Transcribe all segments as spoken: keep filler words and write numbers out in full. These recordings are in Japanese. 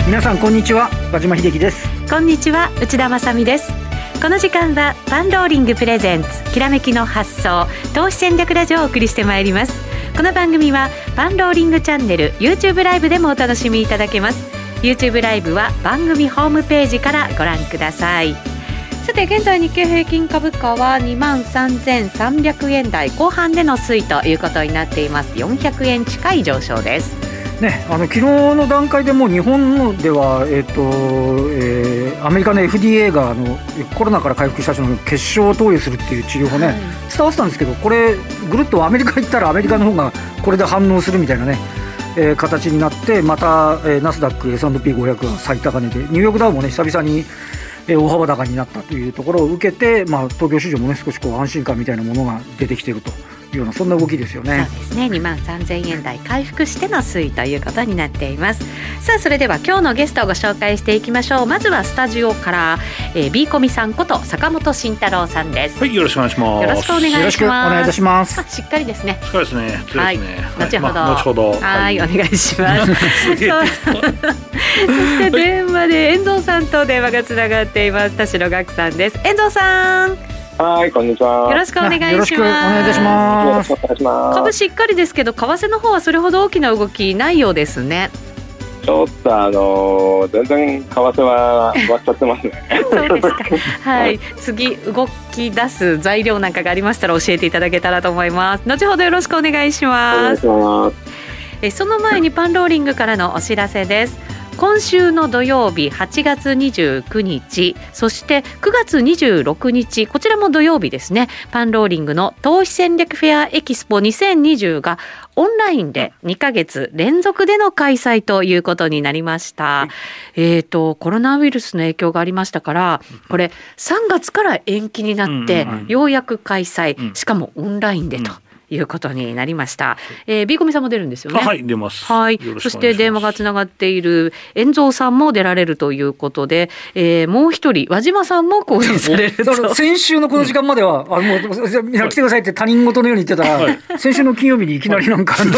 皆さんこんにちは、和島秀樹です。 こんにちは、内田まさみです。この時間はパンローリングプレゼンツきらめきの発想投資戦略ラジオをお送りしてまいります。この番組はパンローリングチャンネル YouTube ライブでもお楽しみいただけます。 YouTube ライブは番組ホームページからご覧ください。さて現在日経平均株価は にまんさんぜんさんびゃくえん台後半での推移ということになっています。よんひゃくえん近い上昇ですね、あの昨日の段階でもう日本のでは、えーとえー、アメリカの エフディーエー があのコロナから回復した人の血しょうを投与するっていう治療法ね、はい、伝わってたんですけど、これぐるっとアメリカ行ったらアメリカの方がこれで反応するみたいなね、えー、形になって、また、えー、ナスダック エスアンドピーごひゃく が最高値で、ニューヨークダウもね久々にえー、大幅高になったというところを受けて、まあ、東京市場もね少しこう安心感みたいなものが出てきているというような、そんな動きですよね。 そうですね、にまんさんぜんえん台回復しての推移ということになっています。さあそれでは今日のゲストをご紹介していきましょう。まずはスタジオから、えー、ビーコミさんこと坂本慎太郎さんです。 はい、よろしくお願いします。 よろしくお願いします。 よろしくお願いいたします。 しっかりですね。 しっかりですね。強いですね。 はい、後ほど、 まあ、後ほどはい、はい、お願いしますそして電話で遠藤さんと電話がつながっています。田代岳さんです。遠藤さん、 はい、こんにちは。 よろしくお願いします。 よろしくお願いいたします。 よろしくお願いします。 株しっかりですけど為替の方はそれほど大きな動きないようですね。 ちょっとあのー、全然為替は終わっちゃってますねそうですか、はい、次動き出す材料なんかがありましたら教えていただけたらと思います。後ほどよろしくお願いします。お願いします。えその前にパンローリングからのお知らせです。今週の土曜日はちがつにじゅうくにち、そしてくがつにじゅうろくにち、こちらも土曜日ですね。パンローリングの投資戦略フェアエキスポにせんにじゅうがオンラインでにかげつ連続での開催ということになりました。えーと、コロナウイルスの影響がありましたから、これさんがつから延期になってようやく開催、しかもオンラインでということになりました。えー、ビーコミさんも出るんですよね。 はい、出ます。 はい。そして電話がつながっている遠藤さんも出られるということで、えー、もう一人和島さんも講演されると。 先週のこの時間までは、うん、あもうみんな来てくださいって他人事のように言ってたら、はい、先週の金曜日にいきなりなんか、はい、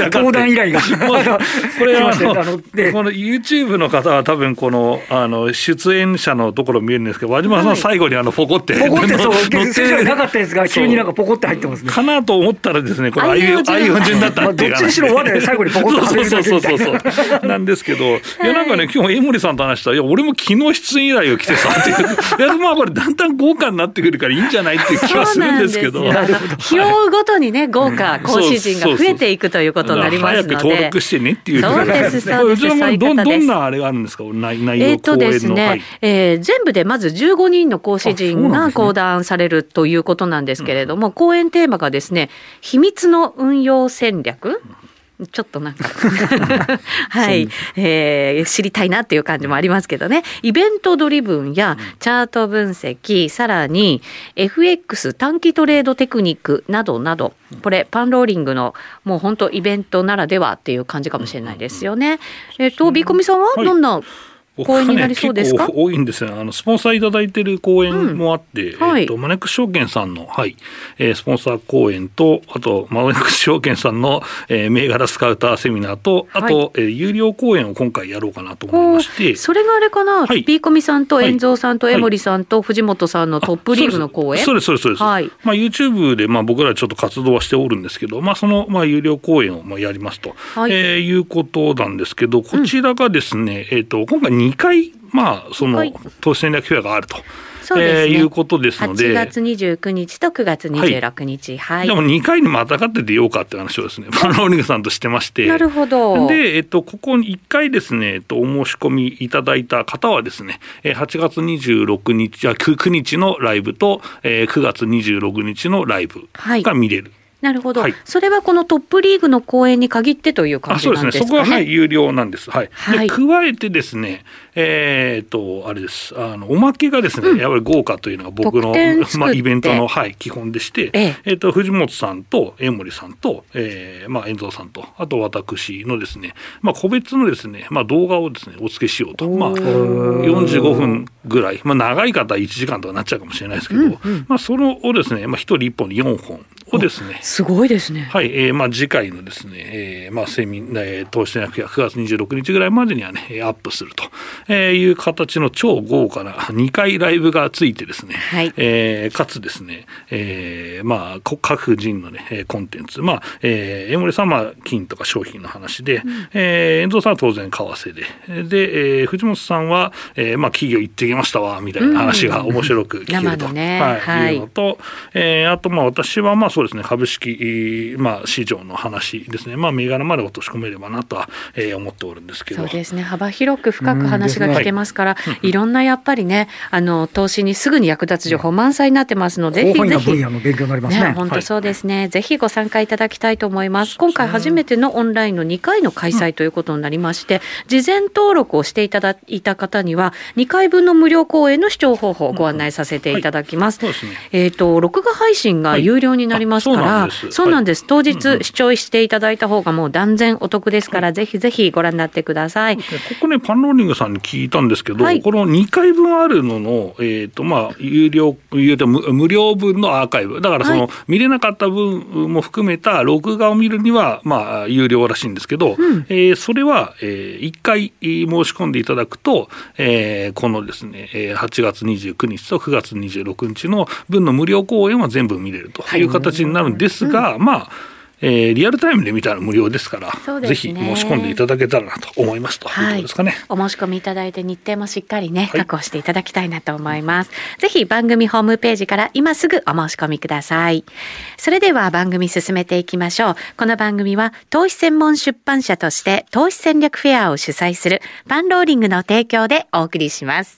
登壇依頼がこれはあのこの YouTube の方は多分このあの出演者のところ見えるんですけど、和島さん最後にあのポコってポコってそう先週なかったですが、急になんかポコって入ってますね。 かなと思ったらですね、これああいう順だったっていうか、 どっちにしろ輪で最後にポコッとそうそうそうそうそうなんですけど、いやなんかね今日江森さんと話したら、いや俺も昨日出演依頼が来てさっていういやまあこれだんだん豪華になってくるからいいんじゃないっていう気はするんですけど、 日をごとにね豪華講師陣が増えていくということになりますので、 早く登録してねっていう。 そうですそうです。そういうど方です。 どんなあれがあるんですか、内容講演の。 えーとですね、はい、えー、全部でまずじゅうごにんの講師陣が講談されるということなんですけれども、講演テーマがですね、秘密の運用戦略、ちょっとなんかはい、えー、知りたいなっていう感じもありますけどね。イベントドリブンやチャート分析、さらに エフエックス 短期トレードテクニックなどなど、これパンローリングのもう本当イベントならではっていう感じかもしれないですよね。えっとビーコミさんはどんな、はい、講演になりそうですか。 結構多いんですよ。あのスポンサーいただいている講演もあって、うん、はい、えっとマネックス証券さんの、はい、えー、スポンサー講演と、あとマネックス証券さんの、えー、銘柄スカウターセミナーと、あと、はい、えー、有料講演を今回やろうかなと思いまして。 それがあれかな、はい、ビーコミさんと遠藤さんと江森さんと藤本さんのトップリーグの講演。 そうですそうですそうです、はい、まあ、YouTube でまあ僕らちょっと活動はしておるんですけど、まあ、そのまあ有料講演をまあやりますと、はい、えー、いうことなんですけど、こちらがですね、うん、えー、と今回にかいまあ、その投資戦略フェアがあると、 そうですね、えー、 いうことですので、 はちがつにじゅうくにちとくがつにじゅうろくにち、はいはい、 でもにかいにまたがって出ようかっていう話をですね、パンローリングさんとしてまして、 なるほど。 で、えっと、ここにいっかいですね、えっと、お申し込みいただいた方はですね、はちがつにじゅうろくにち、くにちのライブと、くがつにじゅうろくにちのライブが見れる。はい、 なるほど、 はい、 それはこのトップリーグの講演に限ってという感じなんですかね。 あ、そうですね、そこは、はい、有料なんです、はいはい、で加えてですね、えー、っとあれです、あのおまけがですね、うん、やっぱり豪華というのが僕の、まあ、イベントの、はい、基本でして、えええー、っと藤本さんと江森さんと、えーまあ、遠藤さんと、あと私のですね、まあ、個別のですね、まあ、動画をですねお付けしようと、まあ、よんじゅうごふんぐらい、まあ、長い方はいちじかんとかなっちゃうかもしれないですけど、うんうん、まあ、それをですね、まあ、ひとりいっぽんでよんほんをですね、 すごいですね。 はい、えー、まあ次回のですね、えー、まあセミ、えー、投資戦略がくがつにじゅうろくにちぐらいまでにはねアップするという形の超豪華なにかいライブがついてですね、はい、えー、かつですね、えー、まあ各人のねコンテンツ、まあ、えー、江森さんは金とか商品の話で、うん、えー、遠藤さんは当然為替で、で、えー、藤本さんは、えー、まあ企業行ってきましたわみたいな話が面白く聞けると、うん、ね、はいはい、いうのと、えー、あとまあ私はまあそうですね、株式、まあ、市場の話ですね、まあ、銘柄まで落とし込めればなとは、えー、思っておるんですけど。 そうですね、幅広く深く話が聞けますから、うん、ね、いろんなやっぱりね、あの投資にすぐに役立つ情報満載になってますので、ぜひぜひ、 分野の勉強になりますね。 本当そうですね、はい、ぜひご参加いただきたいと思います。今回初めてのオンラインのにかいの開催ということになりまして、うん、事前登録をしていただいた方にはにかいぶんの無料講演の視聴方法をご案内させていただきます。えっと録画配信が有料になりますから、はい、そうなんです、当日視聴していただいた方がもう断然お得ですから、はい、ぜひぜひご覧になってください。 ここね、パンローリングさんに聞いたんですけど、はい、このにかいぶんあるのの、えーとまあ、有料無料分のアーカイブだから、その、はい、見れなかった分も含めた録画を見るには、まあ、有料らしいんですけど、うん、えー、それは、えー、いっかい申し込んでいただくと、えー、このですねはちがつにじゅうくにちとくがつにじゅうろくにちの分の無料講演は全部見れるという形になるんですが、はい、うん、まあえー、リアルタイムで見たら無料ですから、ね、ぜひ申し込んでいただけたらなと思いますと、はい、いうことですかね。 お申し込みいただいて日程もしっかりね、はい、確保していただきたいなと思います。ぜひ番組ホームページから今すぐお申し込みください。それでは番組進めていきましょう。この番組は投資専門出版社として投資戦略フェアを主催するパンローリングの提供でお送りします。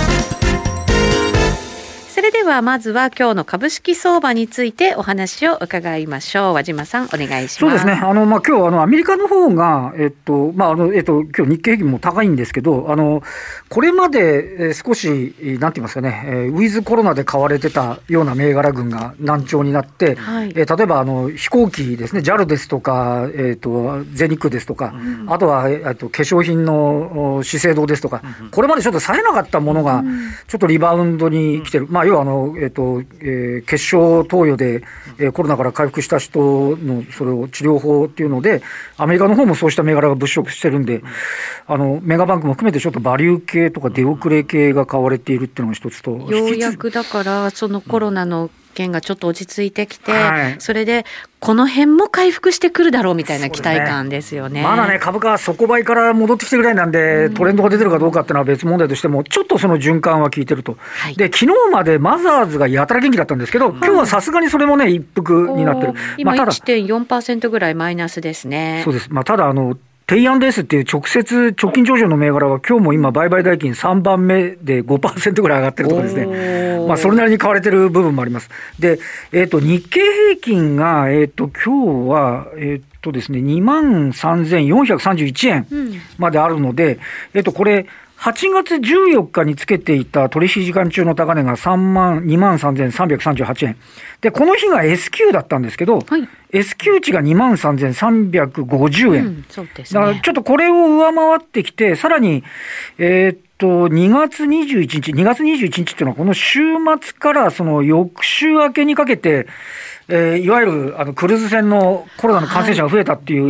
それではまずは今日の株式相場についてお話を伺いましょう。和島さん、お願いします。 そうですね、あの、まあ、今日あのアメリカの方が、えっとまああのえっと、今日日経平均も高いんですけど、あのこれまで少しなんて言いますかね、ウィズコロナで買われてたような銘柄群が軟調になって、はい、え例えばあの飛行機ですね、 ジャル ですとか、えっと、全日空ですとか、うん、あとはえっと化粧品の資生堂ですとか、うん、これまでちょっと冴えなかったものがちょっとリバウンドに来てる、うん、まあ要はあの、えーとえー、結晶投与で、えー、コロナから回復した人のそれを治療法っていうので、アメリカの方もそうした銘柄が物色してるんで、あのメガバンクも含めてちょっとバリュー系とか出遅れ系が買われているっていうのが一つと、 ようやくだからそのコロナの件がちょっと落ち着いてきて、はい、それでこの辺も回復してくるだろうみたいな期待感ですよね。 まだね、株価は底倍から戻ってきてぐらいなんで、うん、トレンドが出てるかどうかっていうのは別問題としても、ちょっとその循環は効いてると、はい、で昨日までマザーズがやたら元気だったんですけど、今日はさすがにそれもね一服になってる。 今 いってんよんパーセント ぐらいマイナスですね。 そうです、まあ、ただあのテイアンドエスっていう直接直近上場の銘柄は今日も今売買代金さんばんめで ごパーセント ぐらい上がってるとかですね、まあ、それなりに買われてる部分もあります。で、えー、と日経平均が、えー、と今日は、えーとですね、にまんさんぜんよんひゃくさんじゅういちえんまであるので、うん、えー、とこれはちがつじゅうよっかにつけていた取引時間中の高値がさんまんにまんさんぜんさんびゃくさんじゅうはちえんで、この日が エスキュー だったんですけど、はい、S q 値が にまんさんぜんさんびゃくごじゅうえん、うん、そうですね、だからちょっとこれを上回ってきて、さらにえー、っとにがつにじゅういちにちにがつにじゅういちにちっていうのはこの週末からその翌週明けにかけて、えー、いわゆるあのクルーズ船のコロナの感染者が増えたっていう、はい、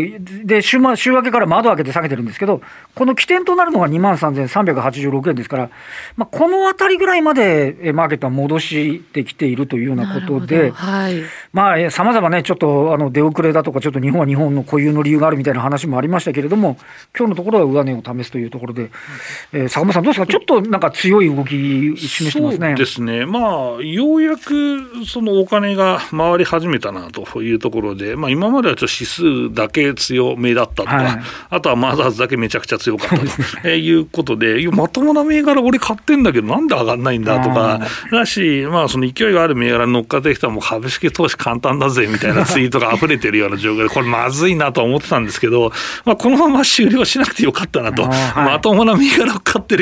で 週, 週明けから窓開けて下げてるんですけど、この起点となるのが にまんさんぜんさんびゃくはちじゅうろくえんですから、まあ、このあたりぐらいまでマーケットは戻してきているというようなことで、はい、まあさまざまね、ちょっとあの出遅れだとか、ちょっと日本は日本の固有の理由があるみたいな話もありましたけれども、今日のところは上値を試すというところで、えー、坂本さんどうですか、ちょっとなんか強い動き示してますね。 そうですね、まあようやくそのお金が回り始めたなというところで、まあ、今まではちょっと指数だけ強めだったとか、はい、あとはマザーズだけめちゃくちゃ強かったと、えー、いうことで、いやまともな銘柄俺買ってんだけどなんで上がんないんだとかだし、まあ、その勢いがある銘柄に乗っかってきたらもう株式投資簡単だぜみたいなツイートが溢れてるような状況で、これまずいなと思ってたんですけど、まあ、このまま終了しなくてよかったなと、はい、まともな銘柄を買ってる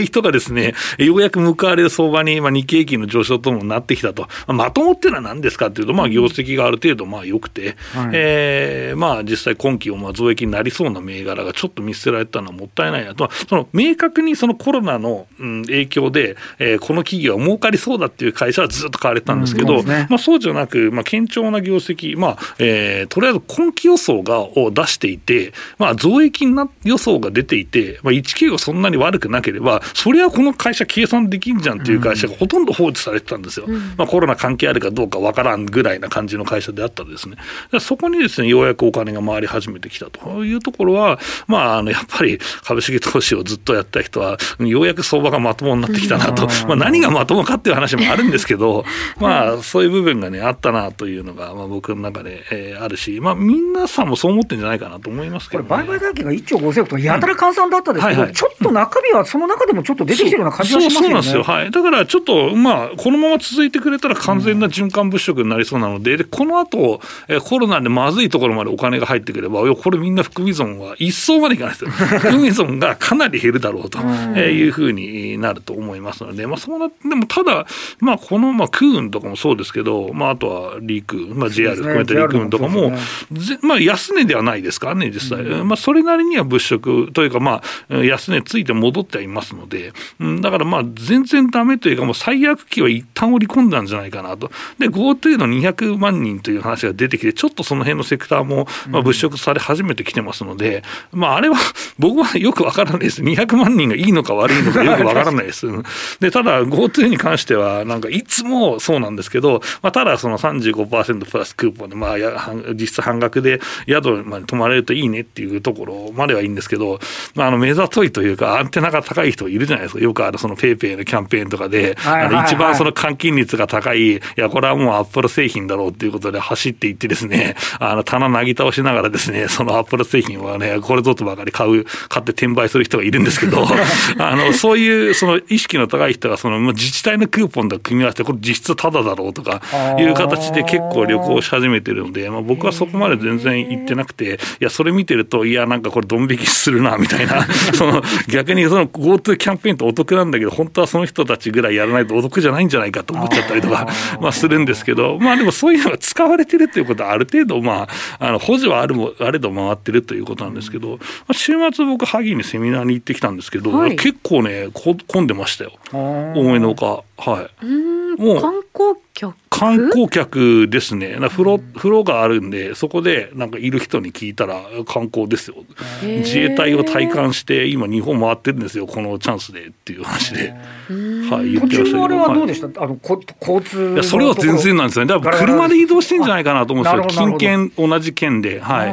る人がですね、ようやく報われる相場に、まあ、日経平均の上昇ともなってきたと。まあ、まともっていうのは何ですかっていうと、まあ、業績がある程度まあ良くて、はい、えー、まあ、実際今期をまあ増益になりそうな銘柄がちょっと見捨てられたのはもったいないなと。その明確にそのコロナの、うん、影響で、えー、この企業は儲かりそうだっていう会社はずっと買われたんですけど、うん、そうですね、まあ、そうじゃなく、まあ、堅調な業績、まあえー、とりあえず今期予想がを出していて、まあ、増益な予想が出ていて、まあ、いちきゅうがそんなに悪くなければ、それはこの会社計算できんじゃんっていう会社がほとんど放置されてたんですよ、うん、まあ、コロナ関係あるかどうかわからんぐらいな感じの会社であったんですね。そこにですね、ようやくお金が回り始めてきたというところは、まあ、あのやっぱり株式投資をずっとやった人はようやく相場がまともになってきたなと、まあ、何がまともかっていう話もあるんですけどまあそういう部分がねあったなというのが、まあ、僕の中で、えー、あるし、まあ、皆さんもそう思ってるんじゃないかなと思いますけど、ね、 これ売買代金がいっちょうごせんおくとやたら換算だったんですけど、うん、はいはい、ちょっと中身はその中でもちょっと出てきてるような感じがしますよね。 そう、そうなんですよ、はい、だからちょっと、まあ、このまま続いてくれたら完全な循環物色になりそうなので、でこの後、えー、コロナでまずいところまでお金が入ってくれば、これみんな含み損は一層までいかないですよ含み損がかなり減るだろうというふうになると思いますので、まあ、そうなでもただ、まあ、この、まあ、空運とかもそうですけど、まあ、あとはリーク、まあ、ジェイアール 含めてリーク運とかも、ね、まあ、安値ではないですからね実際、うん、まあ、それなりには物色というか、まあ、安値ついて戻ってはいますので、うん、だからまあ全然ダメというか、もう最悪期は一旦織り込んだんじゃないかなと。で GoTo のにひゃくまんにんという話が出てきて、ちょっとその辺のセクターも、まあ、物色され始めてきてますので、うん、まあ、あれは僕はよくわからないです。にひゃくまんにんがいいのか悪いのかよくわからないです。でただ GoTo に関してはなんかいつもそうなんですけど、まあ、ただその さんじゅうごパーセント プラスクーポンで、まあ、や実質半額で宿まで泊まれるといいねっていうところまではいいんですけど、まあ、あの目ざといというかアンテナが高い人いるじゃないですか。よくあるそのペイペイのキャンペーンとかで、はいはいはい、あの一番その換金率が高い、いやこれはもうアップル製品だろうっていうことで走っていってですね、あの棚なぎ倒しながらですね、そのアップル製品はねこれぞとばかり買う買って転売する人がいるんですけどあのそういうその意識の高い人がその自治体のクーポンと組み合わせてこれ実質タダだろうとかいう形で結構旅行し始めてるので、まあ、僕はそこまで全然行ってなくて、いやそれ見てるといやなんかこれドン引きするなみたいなその逆にその GoTo キャンペーンってお得なんだけど本当はその人たちぐらいやらないとお得じゃないんじゃないかと思っちゃったりとかまあするんですけど、まあでもそういうのが使われてるということはある程度まああの補助はあるもあれど回ってるということなんですけど、まあ、週末僕萩にセミナーに行ってきたんですけど、はい、結構ねこ混んでましたよ思いのほか。はい、 うーん、観光客観光客ですね。風呂、風呂があるんでそこでなんかいる人に聞いたら観光ですよ。自衛隊を体感して今日本回ってるんですよこのチャンスでっていう話で、はい、言ってましたけど。途中のあれはどうでした、はい、あのこ交通いやそれは全然なんですよね。だから車で移動してんじゃないかなと思うんですよ。近県同じ県で、はい、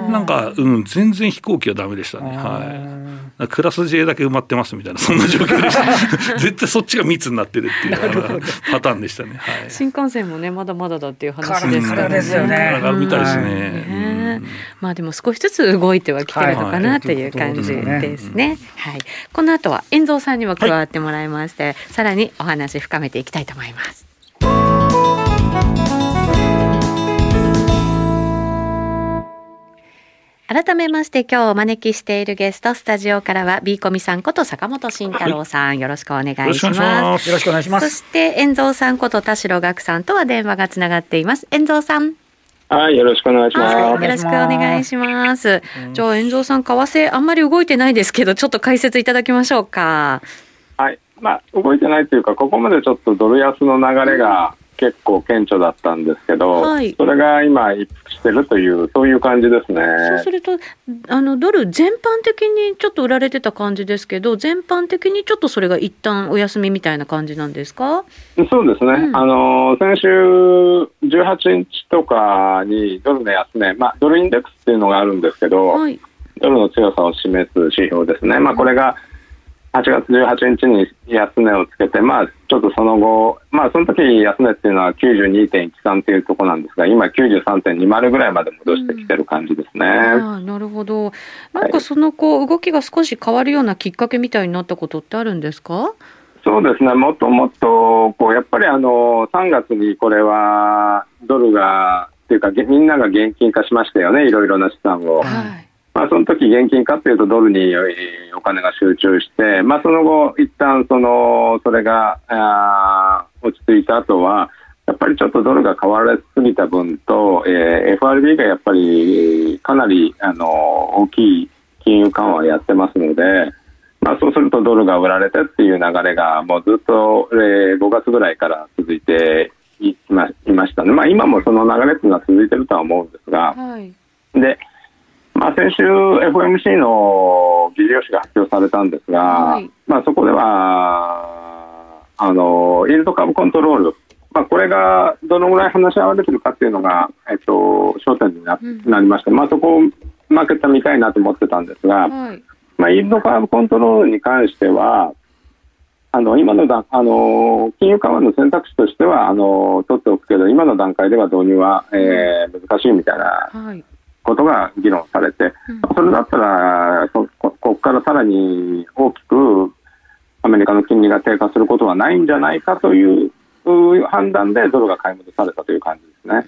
なんか、うん、全然飛行機はダメでしたね。はい、クラス ジェイ だけ埋まってますみたいなそんな状況でした絶対そっちが密になってるっていうパターンでしたね。はい、 新幹線もねまだまだだっていう話ですからね。 ですよね。 からみたいですね。 ね、うん、まあでも少しずつ動いてはきてるのかなという感じですね。はい、この後は遠蔵さんにも加わってもらいまして、はい、さらにお話深めていきたいと思います。改めまして今日お招きしているゲスト、スタジオからは B コミさんこと坂本慎太郎さん、はい、よろしくお願いします。 よろしくお願いします。 そして遠蔵さんこと田代岳さんとは電話がつながっています。遠蔵さん、 はい、よろしくお願いします。 よろしくお願いします。じゃあ遠蔵さん、為替あんまり動いてないですけどちょっと解説いただきましょうか。 はい、まあ動いてないというかここまでちょっとドル安の流れが結構顕著だったんですけど、はい、それが今一服してるというそういう感じですね。 そうするとあのドル全般的にちょっと売られてた感じですけど、全般的にちょっとそれが一旦お休みみたいな感じなんですか？ そうですね、うん、あの先週じゅうはちにちとかにドルの安値、まあ、ドルインデックスっていうのがあるんですけど、はい、ドルの強さを示す指標ですね、まあ、これがはちがつじゅうはちにちに安値をつけて、まあ、ちょっとその後、まあ、その時安値っていうのは きゅうじゅうにてんいちさん というところなんですが、今 きゅうじゅうさんてんにじゅう ぐらいまで戻してきてる感じですね。うん、 あ、なるほど。なんかそのこう動きが少し変わるようなきっかけみたいになったことってあるんですか？ そうですね、もっともっとこうやっぱりあのさんがつにこれはドルがっていうかみんなが現金化しましたよね、いろいろな資産を。はい、 まあ、その時現金かっていうとドルにお金が集中して、まあ、その後一旦そのそれがあ落ち着いた後はやっぱりちょっとドルが買われすぎた分と、えー、エフアールビー がやっぱりかなりあの大きい金融緩和をやってますので、まあ、そうするとドルが売られてっていう流れがもうずっと、えー、ごがつぐらいから続いていま、いましたね。まあ、今もその流れっていうのは続いてるとは思うんですが、はい、でまあ、先週 エフオーエムシー の議事要旨が発表されたんですが、はい、まあ、そこではあのイールドカーブコントロール、まあ、これがどのぐらい話し合われているかっていうのが、えっと、焦点に な,、うん、なりまして、まあ、そこをマーケット見たいなと思ってたんですが、はい、まあ、イールドカーブコントロールに関してはあの今のだあの金融緩和の選択肢としてはあの取っておくけど今の段階では導入は、えー、難しいみたいな、はい、ことが議論されて、うん、それだったらここからさらに大きくアメリカの金利が低下することはないんじゃないかという判断でドルが買い戻されたという感じですね。 うん、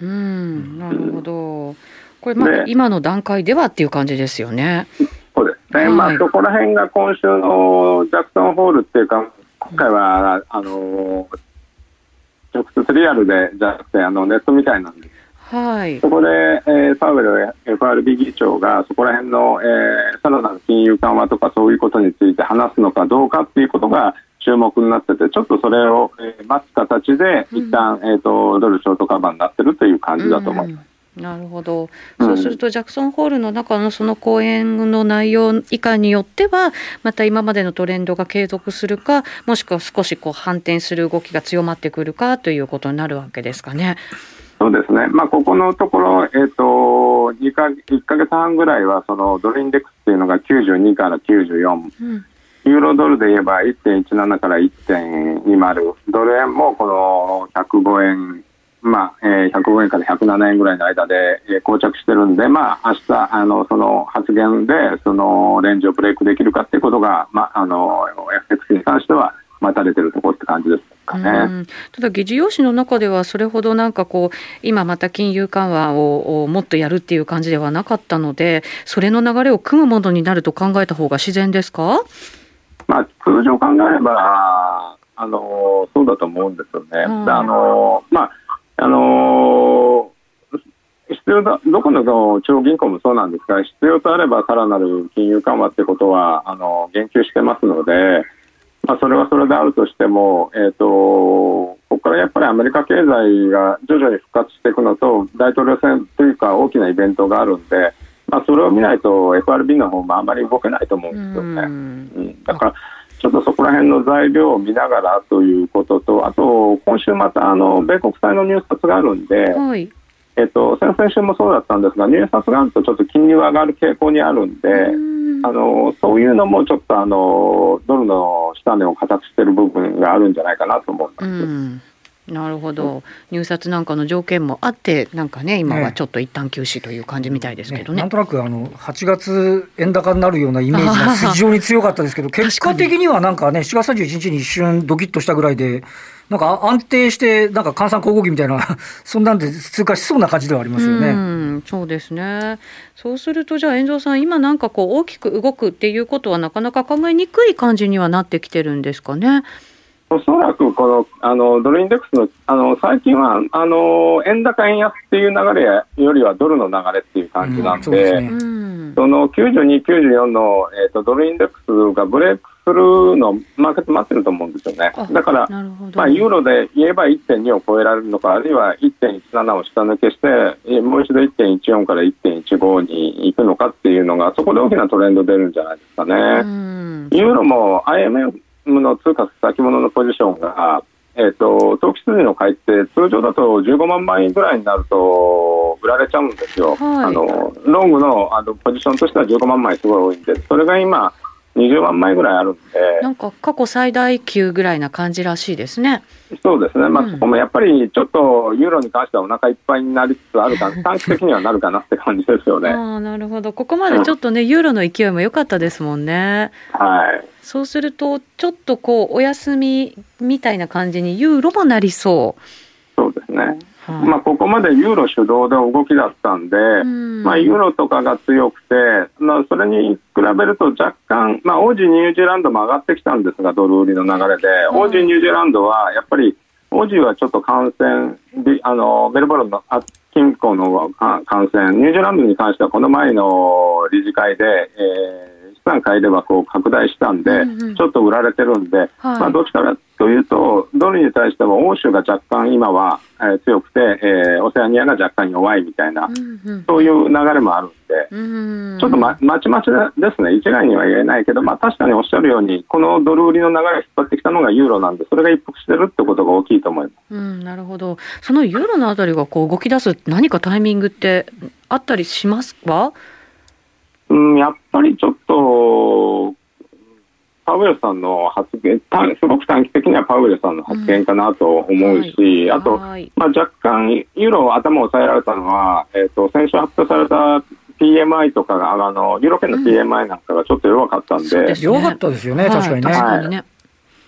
なるほど、うん、これ、まあ、今の段階ではっていう感じですよね。 そうですね、はい、まあ、そこら辺が今週のジャクソンホールっていうか今回は、うん、あの直接リアルでじゃなくてあのネットみたいなんです。はい、そこで、えー、パウエル エフアールビー 議長がそこら辺の、えー、さらなる金融緩和とかそういうことについて話すのかどうかっていうことが注目になっててちょっとそれを、えー、待つ形で一旦、うん、えーと、ドルショートカバーになってるという感じだと思います。 うん、なるほど。そうすると、うん、ジャクソンホールの中のその講演の内容以下によってはまた今までのトレンドが継続するかもしくは少しこう反転する動きが強まってくるかということになるわけですかね。 そうですね、まあ、ここのところ、えー、とにかいっかげつはんぐらいはそのドルインデックスというのがきゅうじゅうにからきゅうじゅうよん、うん、ユーロドルで言えば いってんいちなな から いってんにじゅう、ドル円もこのひゃくごえん、まあえー、ひゃくごえんからひゃくななえんぐらいの間で、えー、膠着してるんで、まあ、明日あのその発言でそのレンジをブレイクできるかということが、まあ、あの エフエックス に関しては待たれてるところって感じですかね。うん、 ただ議事要旨の中ではそれほどなんかこう今また金融緩和をもっとやるっていう感じではなかったのでそれの流れを組むものになると考えた方が自然ですか？ まあ、通常考えればあのそうだと思うんですよね。うん、あのまああの必要だどこの中央銀行もそうなんですが必要とあればさらなる金融緩和ってことはあの言及してますので、まあ、それはそれであるとしても、えーと、ここからやっぱりアメリカ経済が徐々に復活していくのと大統領選というか大きなイベントがあるんで、まあ、それを見ないと エフアールビー の方もあまり動けないと思うんですよね。うんうん、だからちょっとそこら辺の材料を見ながらということとあと今週またあの米国債の入札があるんで、はい、えーと、先々週もそうだったんですが入札があるとちょっと金利は上がる傾向にあるんで、うんあのそういうのもちょっとあのドルの下値を固くしている部分があるんじゃないかなと思います。うん、 なるほど。入札なんかの条件もあってなんかね今はちょっと一旦休止という感じみたいですけど ね, ね, ねなんとなくあのはちがつ円高になるようなイメージが非常に強かったですけど結果的にはなんかねしがつさんじゅういちにちに一瞬ドキッとしたぐらいでなんか安定してなんか換算交互期みたいなそんなんで通過しそうな感じではありますよね。 うん、そうですね。そうするとじゃあ遠藤さん今なんかこう大きく動くっていうことはなかなか考えにくい感じにはなってきてるんですかね。 おそらくこのあのドルインデックス の, あの最近はあの円高円安っていう流れよりはドルの流れっていう感じなん で,、うん そ, でね、そのきゅうじゅうに、きゅうじゅうよんの、えー、とドルインデックスがブレイクするのをマーケット待ってると思うんですよね。だから、まあ、ユーロで言えば いってんに を超えられるのかあるいは いってんいちなな を下抜けしてもう一度 いってんいちよん から いってんいちご に行くのかっていうのがそこで大きなトレンド出るんじゃないですかね。うんユーロも アイエムエフの通貨先物のポジションが、えー、と投機筋の買いって通常だとじゅうごまんまいぐらいになると売られちゃうんですよ。はい、あのロング の, あのポジションとしてはじゅうごまんまいすごい多いんでそれが今にじゅうまんまいぐらいあるんでなんか過去最大級ぐらいな感じらしいですね。 そうですね、まあうん、そこもやっぱりちょっとユーロに関してはお腹いっぱいになりつつあるか短期的にはなるかなって感じですよね。 あなるほど。ここまでちょっとね、うん、ユーロの勢いも良かったですもんね。 はい。 そうするとちょっとこうお休みみたいな感じにユーロもなりそう。 そうですね。 はい、まあ、ここまでユーロ主導で動きだったんで、んまあ、ユーロとかが強くて、まあ、それに比べると若干、まあ、オージーニュージーランドも上がってきたんですが、ドル売りの流れで、はい、オージーニュージーランドはやっぱりオージーはちょっと感染、あのメルボルンの金庫の感染、ニュージーランドに関してはこの前の理事会で、えー資産買いではこう拡大したんで、うんうん、ちょっと売られてるんで、はい、まあ、どっちかというとドルに対しても欧州が若干今は、えー、強くて、えー、オセアニアが若干弱いみたいな、うんうん、そういう流れもあるんで、うんうん、ちょっとままちまちですね。一概には言えないけど、まあ、確かにおっしゃるようにこのドル売りの流れを引っ張ってきたのがユーロなんで、それが一服してるってことが大きいと思います。 うん、なるほど。そのユーロのあたりがこう動き出す何かタイミングってあったりしますか？ うん、やっぱりちょっとパウエルさんの発言、すごく短期的にはパウエルさんの発言かなと思うし、うん、はい、あと、はい、まあ、若干ユーロ頭を押さえられたのは、えーと、先週発表された ピーエムアイ とかがあのユーロ圏の ピーエムアイ なんかがちょっと弱かったんで、うん、 弱かったですよね、はい、確かにね、 はい、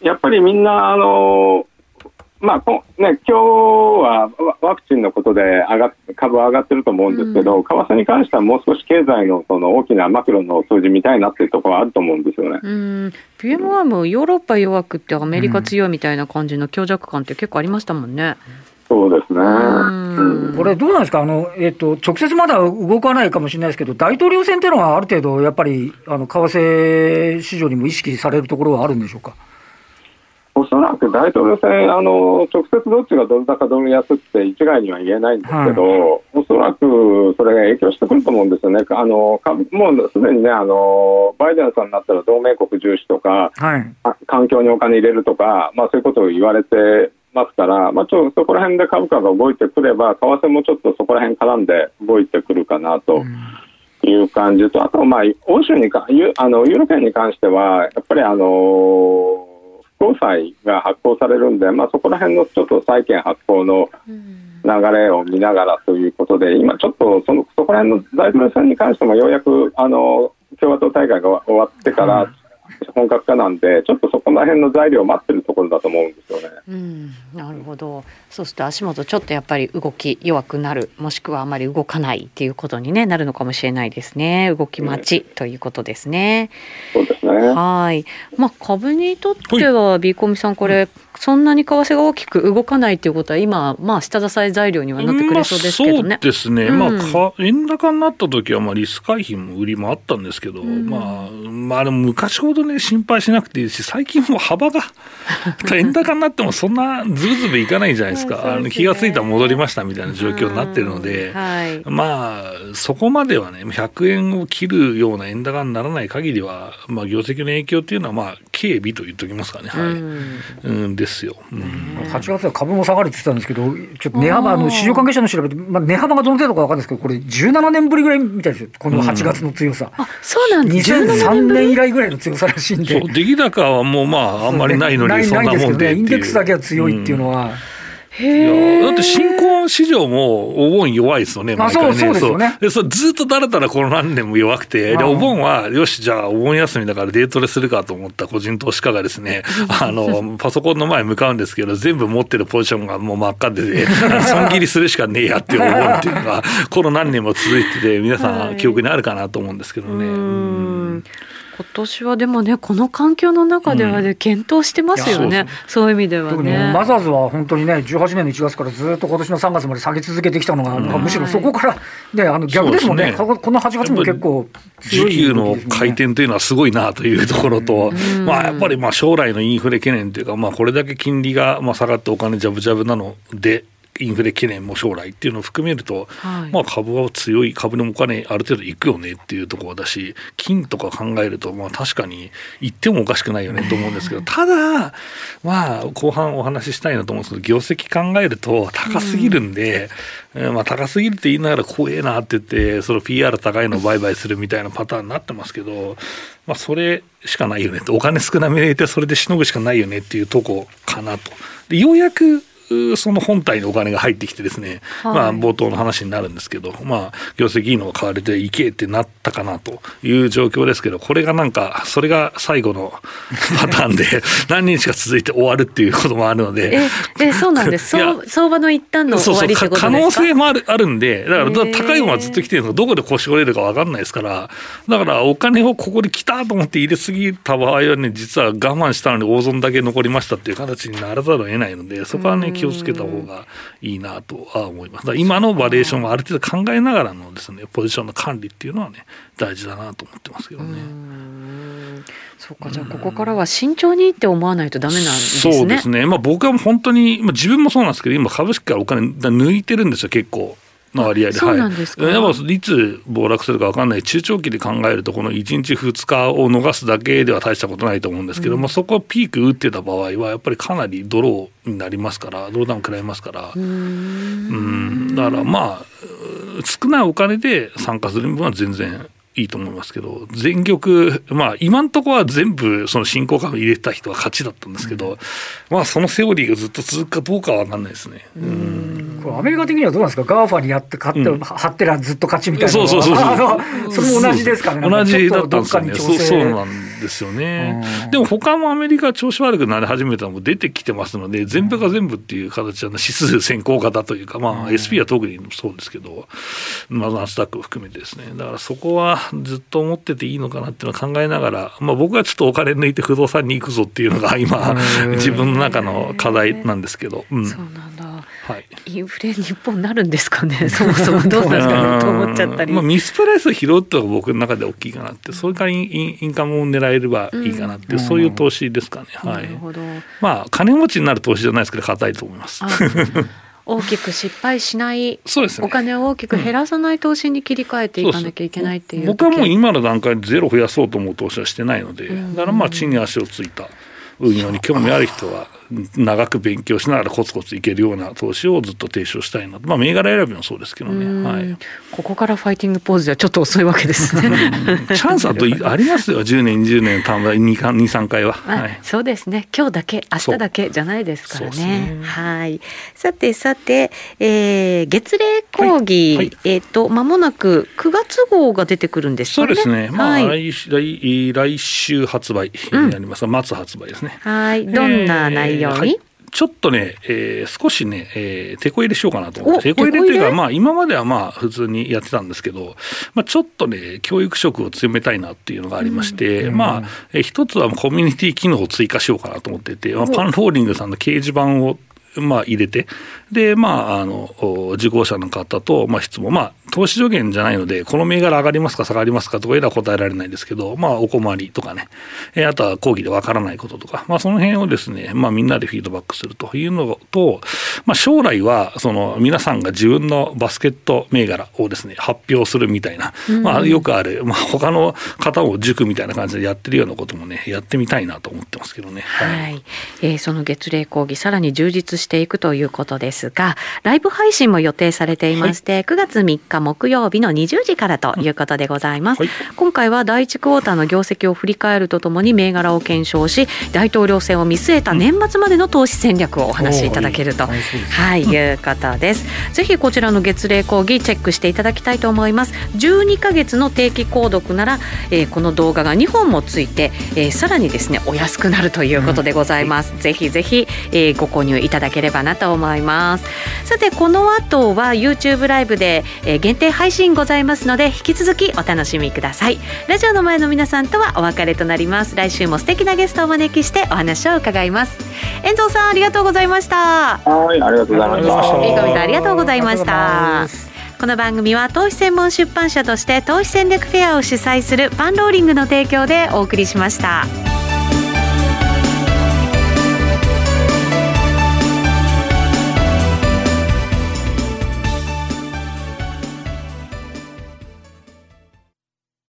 やっぱりみんなあのまあこね、今日はワクチンのことで上が株は上がってると思うんですけど、うん、為替に関してはもう少し経済 の, その大きなマクロの数字見たいなっていうところはあると思うんですよね。 うん、ピーエムアイ もヨーロッパ弱くてアメリカ強いみたいな感じの強弱感って結構ありましたもんね。 そうですね。 うん、これどうなんですか、あの、えーと、直接まだ動かないかもしれないですけど、大統領選っていうのはある程度やっぱりあの為替市場にも意識されるところはあるんでしょうか？ おそらく大統領選、あの直接どっちがドル高ドル安って一概には言えないんですけど、はい、おそらくそれが影響してくると思うんですよね。あのもうすでにね、あのバイデンさんになったら同盟国重視とか、はい、環境にお金入れるとか、まあ、そういうことを言われてますから、まあ、ちょっとそこら辺で株価が動いてくれば為替もちょっとそこら辺絡んで動いてくるかなという感じと、あと、まあ、欧州にかあのユーロ圏に関してはやっぱりあの公債が発行されるんで、まあ、そこら辺のちょっと債券発行の流れを見ながらということで、今ちょっとそのそこら辺の大統領選に関してもようやくあの共和党大会が終わってから本格化なんで、ちょっとそこら辺の材料を待ってるところだと思うんですよね。 うん、なるほど。そうすると足元ちょっとやっぱり動き弱くなる、もしくはあまり動かないっていうことに、ね、なるのかもしれないですね。動き待ちということですね。 そうですね。 はい、まあ、株にとってはビーコミさん、これ、うん、そんなに為替が大きく動かないということは今、まあ、下支え材料にはなってくれそうですけどね。まあ、 そうですね、うん、まあ、か円高になった時はまあリスク回避も売りもあったんですけど、うん、まあ、まあ、でも昔ほどね心配しなくていいし、最近も幅が円高になってもそんなずるずるいかないじゃないですか。あの気がついたら戻りましたみたいな状況になっているので、はい、まあそこまではねひゃくえんを切るような円高にならない限りは、まあ、業績の影響っていうのはまあ軽微と言っておきますかね、はい、うん、ですよ、うん、 はちがつは株も下がりって言ってたんですけど、ちょっと値幅、あの市場関係者の調べて、まあ、値幅がどの程度か分かるんですけど、これじゅうななねんぶりぐらいみたいですよ、このはちがつの強さ、 うん、あ、そうなんです。 にせんさんねん以来ぐらいの強さらしいんで、 そう出来高はもうまああんまりないのに、そんなもんでっていう、ないんですけどね、インデックスだけは強いっていうのは、うん、 へいやだって新興市場もお盆弱いですよね、毎回ね。 そうですよね。 でそれずっとだらだらこの何年も弱くて、でお盆はよしじゃあお盆休みだからデートレするかと思った個人投資家がですねあのパソコンの前向かうんですけど、全部持ってるポジションがもう真っ赤で、ね、損切りするしかねえやっていうお盆っていうのがこの何年も続いてて、皆さん記憶にあるかなと思うんですけどね。はい、うん今年はでもね、この環境の中では、ね、うん、検討してますよね。そういう意味ではね。特にマザーズは本当にね、じゅうはちねんのいちがつからずっと今年のさんがつまで下げ続けてきたのが、うん、むしろそこから、ね、あの逆ですもんね。このはちがつも結構強い、ね、 需給の回転というのはすごいなというところと、うん、まあ、やっぱりまあ将来のインフレ懸念というか、まあ、これだけ金利がまあ下がってお金ジャブジャブなので、インフレ懸念も将来っていうのを含めると、はい、まあ、株は強い、株のお金ある程度いくよねっていうところだし、金とか考えると、まあ、確かに言ってもおかしくないよねと思うんですけど、ただ、まあ、後半お話ししたいなと思うんですけど、業績考えると高すぎるんで、うん、まあ、高すぎるって言いながら怖えなって言ってその ピーアール 高いのを売買するみたいなパターンになってますけど、まあ、それしかないよねと、お金少なめでいてそれでしのぐしかないよねっていうとこかなと。でようやくその本体のお金が入ってきてですね、はい、まあ、冒頭の話になるんですけど、まあ、業績いいのが買われていけってなったかなという状況ですけど、これがなんかそれが最後のパターンで何日か続いて終わるっていうこともあるのでええそうなんです相場の一旦の終わりってことですか。 可能性もある、あるんで、だから高いものはずっと来てるのがどこで腰折れるか分かんないですから、だからお金をここで来たと思って入れすぎた場合はね、実は我慢したのに大損だけ残りましたっていう形にならざるを得ないので、そこはね気をつけた方がいいなとは思います。だから今のバリエーションもある程度考えながらのですねポジションの管理っていうのはね大事だなと思ってますけどね。うーん、そうか、じゃあここからは慎重にって思わないとダメなんですね。 そうですね、まあ、僕は本当に、まあ、自分もそうなんですけど、今株式からお金抜いてるんですよ、結構の割合で。 そうなんですか。 はい、やっぱいつ暴落するか分かんない中長期で考えるとこのいちにちふつかを逃すだけでは大したことないと思うんですけど、うん、まあ、そこをピーク打ってた場合はやっぱりかなりドローになりますから、ドローダウン食らいますから、うーん、うん、だからまあ少ないお金で参加する分は全然いいと思いますけど、全玉、まあ今のところは全部その新興株入れた人は勝ちだったんですけど、うん、まあそのセオリーがずっと続くかどうかは分かんないですね。うん、 これアメリカ的にはどうなんですか。ガーファにやって買って、うん、張ってらずっと勝ちみたいな。 そうそうそうそうそれも同じですかね。 同じだったんですよね。そう、そうなんですよね。でも他もアメリカ調子悪くなり始めたのも出てきてますので、全部が全部っていう形は指数先行型というか、まあ エスピー は特にそうですけど、まあナスダックを含めてですね。だからそこはずっと思ってていいのかなっていうのを考えながら、まあ、僕はちょっとお金抜いて不動産に行くぞっていうのが今自分の中の課題なんですけど、うん、 そうなんだ、はい、インフレ日本なるんですかねそもそもどうなんですかねと思っちゃったり、 まあ、ミスプライスを拾うっていうのが僕の中で大きいかなって、それからイン、インカムを狙えればいいかなって、うん、そういう投資ですかね、はい、なるほど。まあ金持ちになる投資じゃないですけど硬いと思います大きく失敗しない、そうですね、お金を大きく減らさない投資に切り替えていかなきゃいけないっていう、 僕はもう今の段階でゼロ増やそうと思う投資はしてないので、だからまあ地に足をついた運用に興味ある人は長く勉強しながらコツコツいけるような投資をずっと提唱したいなと、まあ、銘柄選びもそうですけどね、はい、 ここからファイティングポーズではちょっと遅いわけですねチャンスはありますよじゅうねんにじゅうねん単位 にさんかいは、 はい、そうですね、今日だけ明日だけじゃないですから ね, ね、はい、さてさて、えー、月例講義、はいはい、えー、と間もなくくがつ号が出てくるんですかね。 そうですね、まあ、はい、来, 来, 来週発売になりますが、うん、末発売ですね。 はい、どんな内容に、えーはい、 ちょっとね、えー、少しね、えー、手こ入れしようかなと思って、手こ入れっていうか、まあ、今まではまあ普通にやってたんですけど、まあ、ちょっとね教育色を強めたいなっていうのがありまして、うん、まあ、えー、一つはコミュニティ機能を追加しようかなと思っていて、まあ、パンローリングさんの掲示板をまあ入れて、でまああの受講者の方とまあ質問、まあ投資助言じゃないのでこの銘柄上がりますか下がりますかとかいうのは答えられないですけど、まあお困りとかね、えあとは講義でわからないこととか、まあその辺をですね、まあみんなでフィードバックするというのと、まあ将来はその皆さんが自分のバスケット銘柄をですね発表するみたいな、うん、まあよくある、まあ他の方を塾みたいな感じでやってるようなこともねやってみたいなと思ってますけどね。 はい、はい、えー、その月例講義さらに充実していくということですが、ライブ配信も予定されていまして、はい、くがつみっか木曜日のにじゅうじからということでございます、はい、今回はだいいちクォーターの業績を振り返るとともに銘柄を検証し、大統領選を見据えた年末までの投資戦略をお話しいただけると、はいはい、いうことです。ぜひこちらの月例講義チェックしていただきたいと思います。じゅうにかげつの定期購読なら、えー、この動画がにほんもついて、えー、さらにですねお安くなるということでございます、うん、ぜひぜひ、えー、ご購入いただければなと思います。さてこの後は YouTube ライブで、えー、限定配信ございますので引き続きお楽しみください。ラジオの前の皆さんとはお別れとなります。来週も素敵なゲストをお招きしてお話を伺います。遠藤さんありがとうございました。 はい、ありがとうございました。 三上さんありがとうございました。この番組は投資専門出版社として投資戦略フェアを主催するパンローリングの提供でお送りしました。